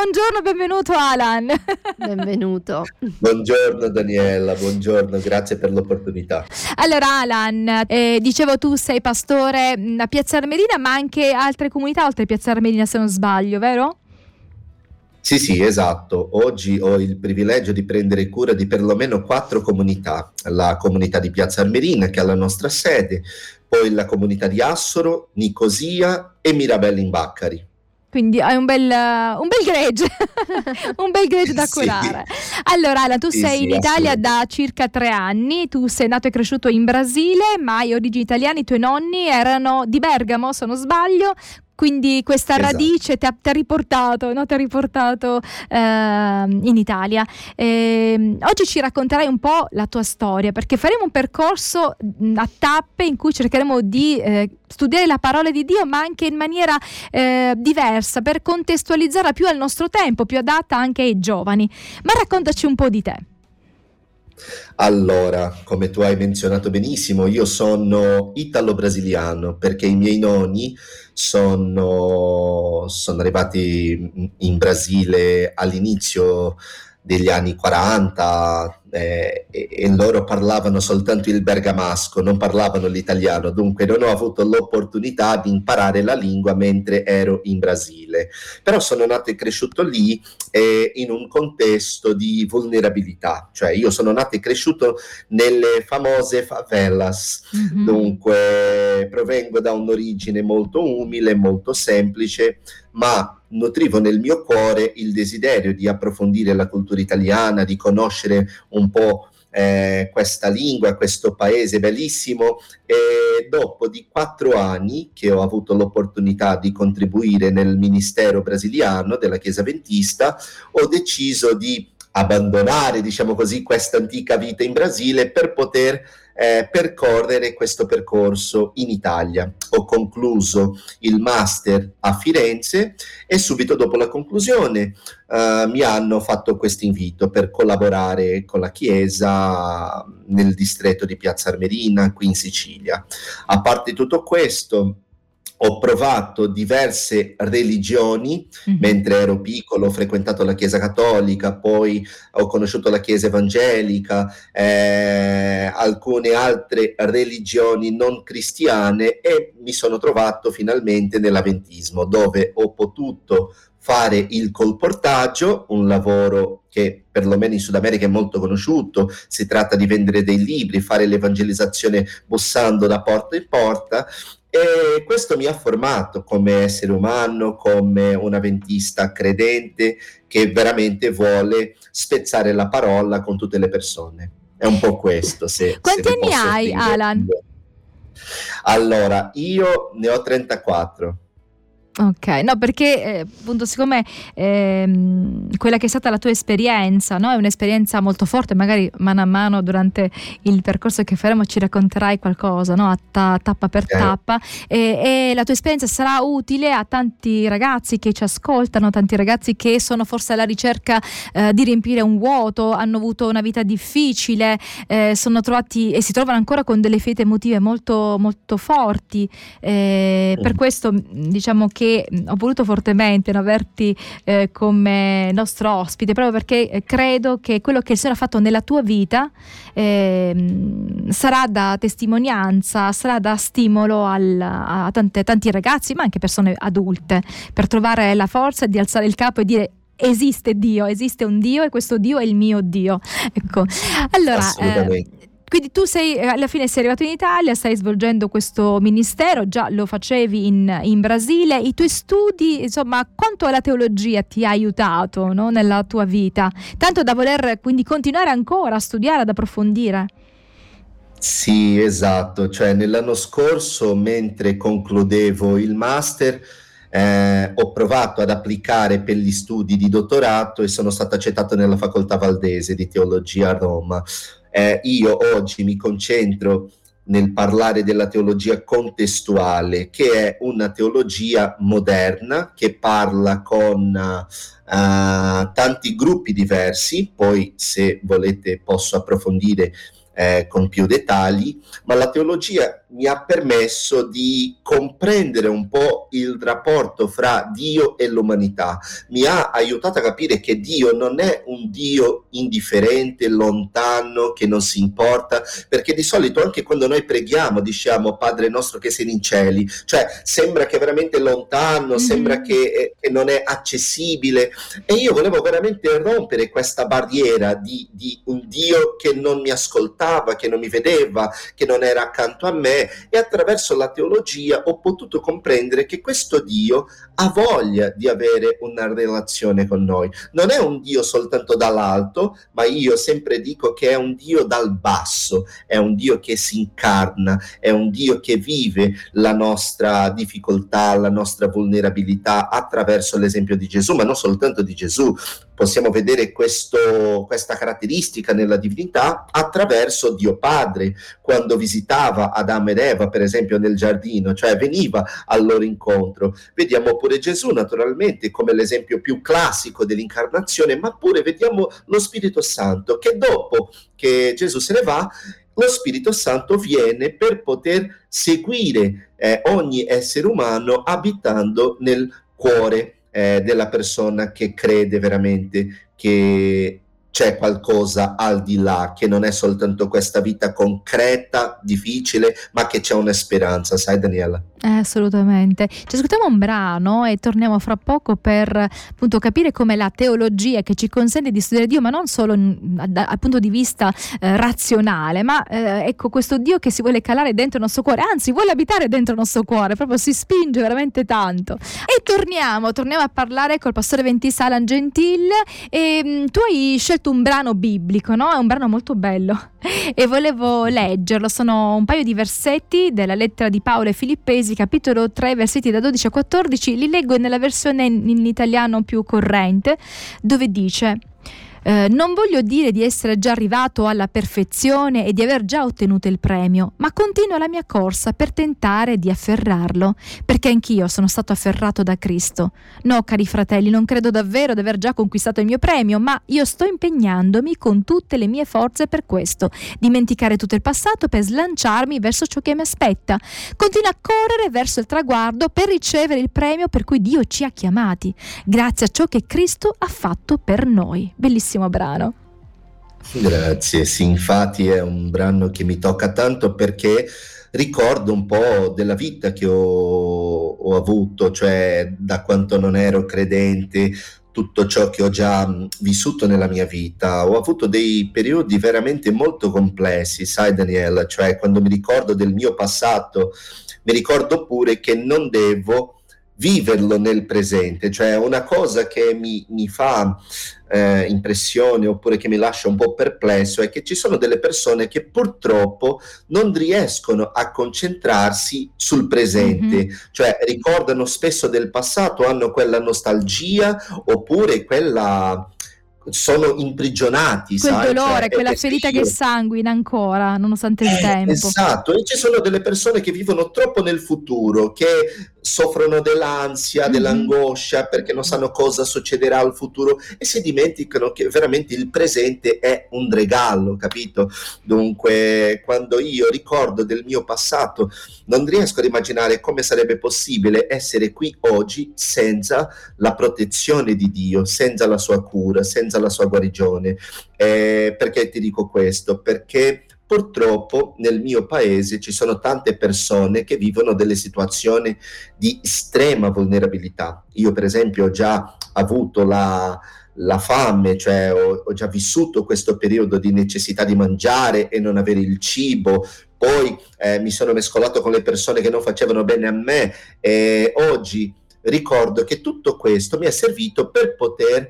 Buongiorno, benvenuto Alan. Benvenuto. Buongiorno Daniela, buongiorno, grazie per l'opportunità. Allora Alan, dicevo tu sei pastore a Piazza Armerina, ma anche altre comunità oltre a Piazza Armerina se non sbaglio, vero? Sì, esatto. Oggi ho il privilegio di prendere cura di perlomeno 4 comunità. La comunità di Piazza Armerina, che ha la nostra sede, poi la comunità di Assoro, Nicosia e Mirabello in Baccari. Quindi hai un bel gregge, un bel gregge da curare. Allora Alan, tu sei in Italia da circa 3 anni, tu sei nato e cresciuto in Brasile, ma hai origini italiane, i tuoi nonni erano di Bergamo, se non sbaglio. Quindi questa radice ti ha riportato, no? Ti ha riportato in Italia. Oggi ci racconterai un po' la tua storia, perché faremo un percorso a tappe in cui cercheremo di studiare la parola di Dio, ma anche in maniera diversa, per contestualizzarla più al nostro tempo, più adatta anche ai giovani. Ma raccontaci un po' di te. Allora, come tu hai menzionato benissimo, io sono italo-brasiliano perché i miei nonni sono arrivati in Brasile all'inizio degli anni 40 e loro parlavano soltanto il bergamasco, non parlavano l'italiano, dunque non ho avuto l'opportunità di imparare la lingua mentre ero in Brasile, però sono nato e cresciuto lì in un contesto di vulnerabilità, cioè io sono nato e cresciuto nelle famose favelas, dunque provengo da un'origine molto umile, molto semplice, ma nutrivo nel mio cuore il desiderio di approfondire la cultura italiana, di conoscere un po' questa lingua, questo paese bellissimo, e dopo di 4 anni che ho avuto l'opportunità di contribuire nel ministero brasiliano della Chiesa Adventista, ho deciso di abbandonare, diciamo così, questa antica vita in Brasile per poter percorrere questo percorso in Italia. Ho concluso il master a Firenze e subito dopo la conclusione mi hanno fatto questo invito per collaborare con la Chiesa nel distretto di Piazza Armerina qui in Sicilia. A parte tutto questo, ho provato diverse religioni, mentre ero piccolo ho frequentato la Chiesa Cattolica, poi ho conosciuto la Chiesa Evangelica, alcune altre religioni non cristiane e mi sono trovato finalmente nell'Adventismo, dove ho potuto fare il colportaggio, un lavoro che perlomeno in Sud America è molto conosciuto. Si tratta di vendere dei libri, fare l'evangelizzazione bussando da porta in porta, e questo mi ha formato come essere umano, come un avventista credente che veramente vuole spezzare la parola con tutte le persone. È un po' questo. Quanti anni hai, Alan? Allora, io ne ho 34. Ok, no, perché appunto siccome quella che è stata la tua esperienza, no, è un'esperienza molto forte, magari mano a mano durante il percorso che faremo ci racconterai qualcosa, no, tappa per tappa, e la tua esperienza sarà utile a tanti ragazzi che ci ascoltano, tanti ragazzi che sono forse alla ricerca di riempire un vuoto, hanno avuto una vita difficile, sono trovati e si trovano ancora con delle ferite emotive molto, molto forti, per questo diciamo che ho voluto fortemente averti come nostro ospite, proprio perché credo che quello che il Signore ha fatto nella tua vita sarà da testimonianza, sarà da stimolo a tanti ragazzi, ma anche persone adulte, per trovare la forza di alzare il capo e dire: esiste Dio, esiste un Dio e questo Dio è il mio Dio. Ecco, allora quindi tu alla fine sei arrivato in Italia, stai svolgendo questo ministero, già lo facevi in Brasile. I tuoi studi, insomma, quanto la teologia ti ha aiutato, no, nella tua vita? Tanto da voler quindi continuare ancora a studiare, ad approfondire. Sì, esatto, cioè nell'anno scorso, mentre concludevo il master, ho provato ad applicare per gli studi di dottorato e sono stato accettato nella Facoltà Valdese di Teologia a Roma. Io oggi mi concentro nel parlare della teologia contestuale, che è una teologia moderna che parla con tanti gruppi diversi. Poi, se volete, posso approfondire con più dettagli, ma la teologia mi ha permesso di comprendere un po' il rapporto fra Dio e l'umanità, mi ha aiutato a capire che Dio non è un Dio indifferente, lontano, che non si importa, perché di solito anche quando noi preghiamo diciamo Padre nostro che sei in cieli, cioè sembra che è veramente lontano, sembra che non è accessibile, e io volevo veramente rompere questa barriera di un Dio che non mi ascoltava, che non mi vedeva, che non era accanto a me, e attraverso la teologia ho potuto comprendere che questo Dio ha voglia di avere una relazione con noi. Non è un Dio soltanto dall'alto, ma io sempre dico che è un Dio dal basso, è un Dio che si incarna, è un Dio che vive la nostra difficoltà, la nostra vulnerabilità attraverso l'esempio di Gesù, ma non soltanto di Gesù. Possiamo vedere questa caratteristica nella divinità attraverso Dio Padre, quando visitava Adamo ed Eva, per esempio nel giardino, cioè veniva al loro incontro. Vediamo pure Gesù naturalmente come l'esempio più classico dell'incarnazione, ma pure vediamo lo Spirito Santo, che dopo che Gesù se ne va, lo Spirito Santo viene per poter seguire ogni essere umano abitando nel cuore della persona che crede veramente che c'è qualcosa al di là, che non è soltanto questa vita concreta, difficile, ma che c'è una speranza, sai Daniela? Assolutamente. Ci ascoltiamo un brano e torniamo fra poco per appunto capire come la teologia che ci consente di studiare Dio, ma non solo dal punto di vista razionale, ma ecco questo Dio che si vuole calare dentro il nostro cuore, anzi vuole abitare dentro il nostro cuore, proprio si spinge veramente tanto. E torniamo a parlare col pastore Ventisala Gentil, e tu hai scelto un brano biblico, no? È un brano molto bello e volevo leggerlo. Sono un paio di versetti della lettera di Paolo ai Filippesi, capitolo 3, versetti da 12 a 14. Li leggo nella versione in italiano più corrente, dove dice: non voglio dire di essere già arrivato alla perfezione e di aver già ottenuto il premio, ma continuo la mia corsa per tentare di afferrarlo, perché anch'io sono stato afferrato da Cristo. No, cari fratelli, non credo davvero di aver già conquistato il mio premio, ma io sto impegnandomi con tutte le mie forze per questo, dimenticare tutto il passato per slanciarmi verso ciò che mi aspetta. Continuo a correre verso il traguardo per ricevere il premio per cui Dio ci ha chiamati, grazie a ciò che Cristo ha fatto per noi. Bellissimo brano. Grazie, sì, infatti è un brano che mi tocca tanto perché ricordo un po' della vita che ho avuto, cioè da quanto non ero credente, tutto ciò che ho già vissuto nella mia vita. Ho avuto dei periodi veramente molto complessi, sai Daniela, cioè quando mi ricordo del mio passato, mi ricordo pure che non devo viverlo nel presente, cioè una cosa che mi fa impressione oppure che mi lascia un po' perplesso è che ci sono delle persone che purtroppo non riescono a concentrarsi sul presente, cioè ricordano spesso del passato, hanno quella nostalgia oppure quella, sono imprigionati, quel sai? dolore, Cioè, quella ferita che sanguina ancora nonostante il tempo. Esatto, e ci sono delle persone che vivono troppo nel futuro, che soffrono dell'ansia, dell'angoscia perché non sanno cosa succederà al futuro e si dimenticano che veramente il presente è un regalo, capito? Dunque, quando io ricordo del mio passato, non riesco ad immaginare come sarebbe possibile essere qui oggi senza la protezione di Dio, senza la sua cura, senza la sua guarigione. Perché ti dico questo? Perché purtroppo nel mio paese ci sono tante persone che vivono delle situazioni di estrema vulnerabilità. Io per esempio ho già avuto la fame, cioè ho già vissuto questo periodo di necessità di mangiare e non avere il cibo. Poi mi sono mescolato con le persone che non facevano bene a me e oggi ricordo che tutto questo mi è servito per poter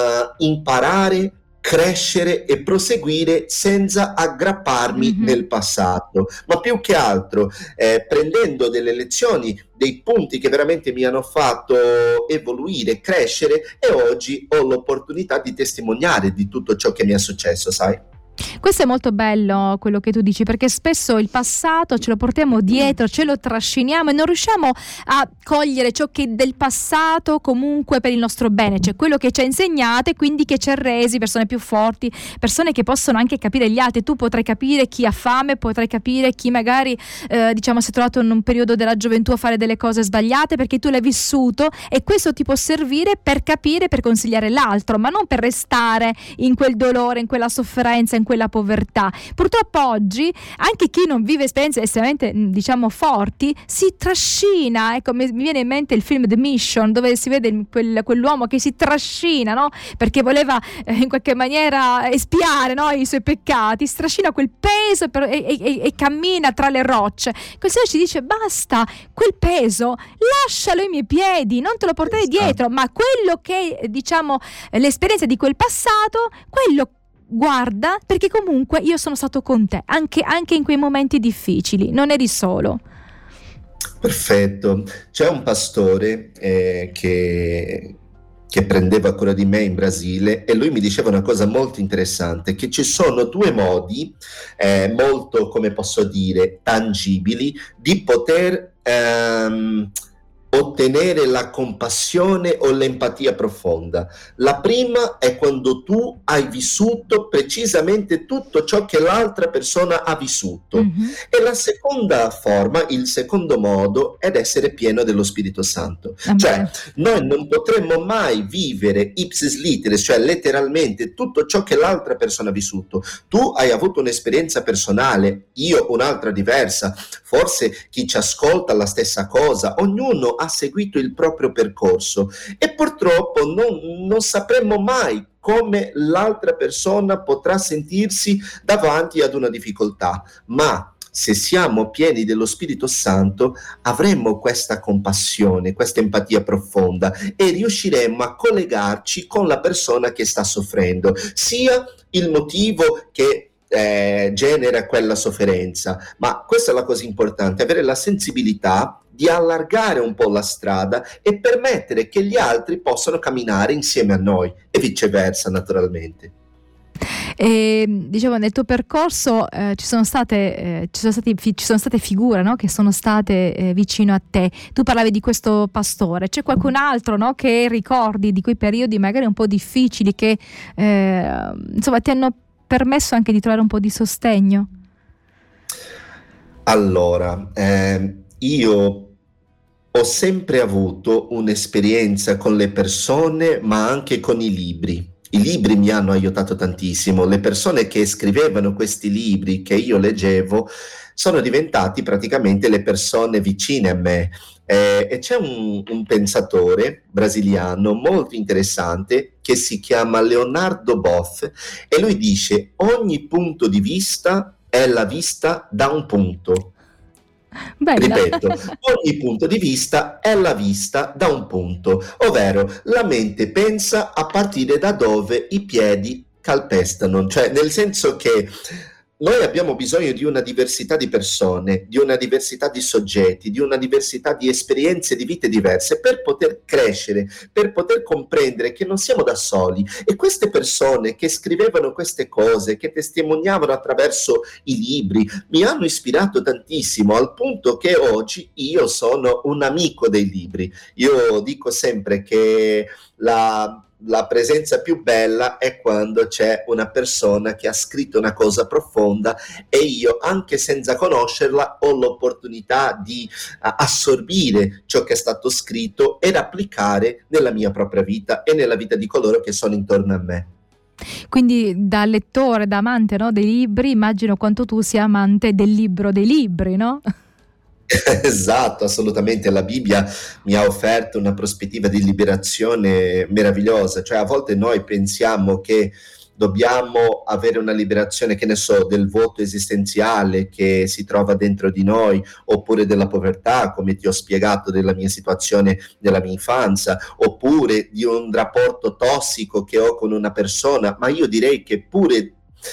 imparare, crescere e proseguire senza aggrapparmi nel passato, ma più che altro prendendo delle lezioni, dei punti che veramente mi hanno fatto evoluire, crescere, e oggi ho l'opportunità di testimoniare di tutto ciò che mi è successo, sai? Questo è molto bello quello che tu dici, perché spesso il passato ce lo portiamo dietro, ce lo trasciniamo e non riusciamo a cogliere ciò che del passato comunque per il nostro bene, cioè quello che ci ha insegnato e quindi che ci ha resi persone più forti, persone che possono anche capire gli altri. Tu potrai capire chi ha fame, potrai capire chi magari diciamo si è trovato in un periodo della gioventù a fare delle cose sbagliate perché tu l'hai vissuto, e questo ti può servire per capire, per consigliare l'altro, ma non per restare in quel dolore, in quella sofferenza, in quella povertà. Purtroppo oggi anche chi non vive esperienze estremamente diciamo forti si trascina. Ecco, mi viene in mente il film The Mission, dove si vede quell'uomo che si trascina, no? Perché voleva in qualche maniera espiare, no? I suoi peccati, si trascina quel peso e cammina tra le rocce. Quel Signore ci dice: basta, quel peso lascialo ai miei piedi, non te lo portare dietro, ma quello che diciamo l'esperienza di quel passato, quello guarda, perché comunque io sono stato con te anche in quei momenti difficili, non eri solo. Perfetto. C'è un pastore che prendeva cura di me in Brasile, e lui mi diceva una cosa molto interessante, che ci sono due modi molto, come posso dire, tangibili di poter ottenere la compassione o l'empatia profonda. La prima è quando tu hai vissuto precisamente tutto ciò che l'altra persona ha vissuto. E la seconda forma, il secondo modo, è essere pieno dello Spirito Santo. Cioè, noi non potremmo mai vivere ipsis literis, cioè letteralmente tutto ciò che l'altra persona ha vissuto. Tu hai avuto un'esperienza personale, io un'altra diversa, forse chi ci ascolta la stessa cosa, ognuno ha seguito il proprio percorso, e purtroppo non sapremo mai come l'altra persona potrà sentirsi davanti ad una difficoltà, ma se siamo pieni dello Spirito Santo avremo questa compassione, questa empatia profonda, e riusciremo a collegarci con la persona che sta soffrendo, sia il motivo che genera quella sofferenza, ma questa è la cosa importante, avere la sensibilità di allargare un po' la strada e permettere che gli altri possano camminare insieme a noi, e viceversa, naturalmente. E, diciamo, nel tuo percorso ci sono state figure, no? Che sono state vicino a te. Tu parlavi di questo pastore, c'è qualcun altro, no? Che ricordi di quei periodi magari un po' difficili che insomma ti hanno permesso anche di trovare un po' di sostegno? Allora, io ho sempre avuto un'esperienza con le persone, ma anche con i libri. I libri mi hanno aiutato tantissimo. Le persone che scrivevano questi libri che io leggevo sono diventati praticamente le persone vicine a me. E c'è un pensatore brasiliano molto interessante che si chiama Leonardo Boff, e lui dice: ogni punto di vista è la vista da un punto. Bella. Ripeto, ogni punto di vista è la vista da un punto, ovvero la mente pensa a partire da dove i piedi calpestano, cioè nel senso che noi abbiamo bisogno di una diversità di persone, di una diversità di soggetti, di una diversità di esperienze di vite diverse per poter crescere, per poter comprendere che non siamo da soli. E queste persone che scrivevano queste cose, che testimoniavano attraverso i libri, mi hanno ispirato tantissimo, al punto che oggi io sono un amico dei libri. Io dico sempre che la presenza più bella è quando c'è una persona che ha scritto una cosa profonda, e io, anche senza conoscerla, ho l'opportunità di assorbire ciò che è stato scritto ed applicare nella mia propria vita e nella vita di coloro che sono intorno a me. Quindi, da lettore, da amante, no, dei libri, immagino quanto tu sia amante del libro dei libri, no? Esatto, assolutamente. La Bibbia mi ha offerto una prospettiva di liberazione meravigliosa. Cioè, a volte noi pensiamo che dobbiamo avere una liberazione, che ne so, del vuoto esistenziale che si trova dentro di noi, oppure della povertà, come ti ho spiegato della mia situazione nella mia infanzia, oppure di un rapporto tossico che ho con una persona, ma io direi che pure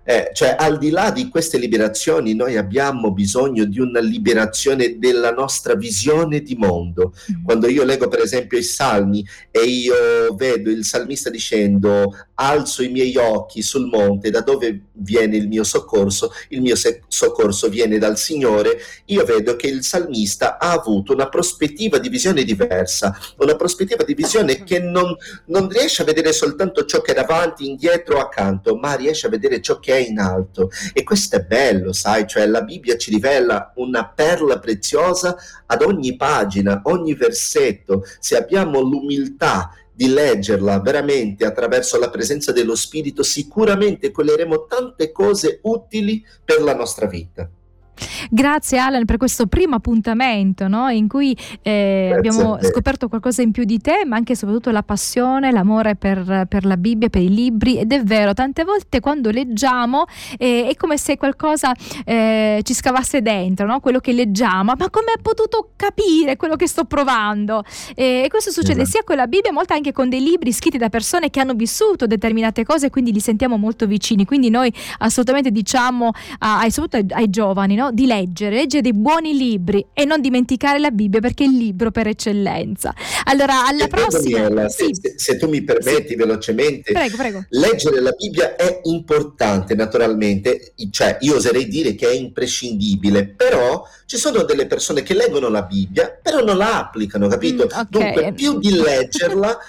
Cioè, al di là di queste liberazioni, noi abbiamo bisogno di una liberazione della nostra visione di mondo. Quando io leggo, per esempio, i Salmi e io vedo il salmista dicendo: alzo i miei occhi sul monte, da dove viene il mio soccorso? Il mio soccorso viene dal Signore. Io vedo che il salmista ha avuto una prospettiva di visione diversa, una prospettiva di visione che non riesce a vedere soltanto ciò che è davanti, indietro, accanto, ma riesce a vedere ciò che è in alto. E questo è bello, sai, cioè la Bibbia ci rivela una perla preziosa ad ogni pagina, ogni versetto. Se abbiamo l'umiltà di leggerla veramente attraverso la presenza dello Spirito, sicuramente coglieremo tante cose utili per la nostra vita. Grazie Alan per questo primo appuntamento, no? In cui abbiamo scoperto qualcosa in più di te, ma anche e soprattutto la passione, l'amore per la Bibbia, per i libri. Ed è vero, tante volte quando leggiamo è come se qualcosa ci scavasse dentro, no? Quello che leggiamo, ma come ha potuto capire quello che sto provando? E questo succede sia con la Bibbia, molto anche con dei libri scritti da persone che hanno vissuto determinate cose, quindi li sentiamo molto vicini. Quindi noi assolutamente diciamo soprattutto ai giovani, no? Di leggere dei buoni libri e non dimenticare la Bibbia, perché è il libro per eccellenza. Allora, alla prossima. Daniela, se tu mi permetti velocemente, prego. Leggere la Bibbia è importante, naturalmente, cioè io oserei dire che è imprescindibile, però ci sono delle persone che leggono la Bibbia però non la applicano, capito? Okay. Dunque, più di leggerla,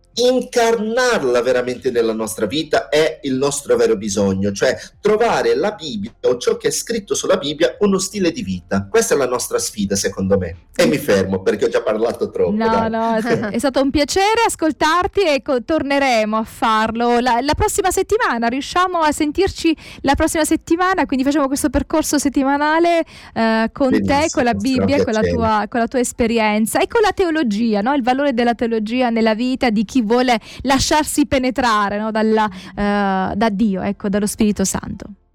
incarnarla veramente nella nostra vita è il nostro vero bisogno, cioè trovare la Bibbia o ciò che è scritto sulla Bibbia uno stile di vita. Questa è la nostra sfida, secondo me. E mi fermo perché ho già parlato troppo. No, è stato un piacere ascoltarti e torneremo a farlo la prossima settimana. Riusciamo a sentirci la prossima settimana, quindi facciamo questo percorso settimanale con Benissimo, te, con la Bibbia, con la tua esperienza e con la teologia, no? Il valore della teologia nella vita di chi vuole lasciarsi penetrare, no? Da Dio, ecco, dallo Spirito Santo.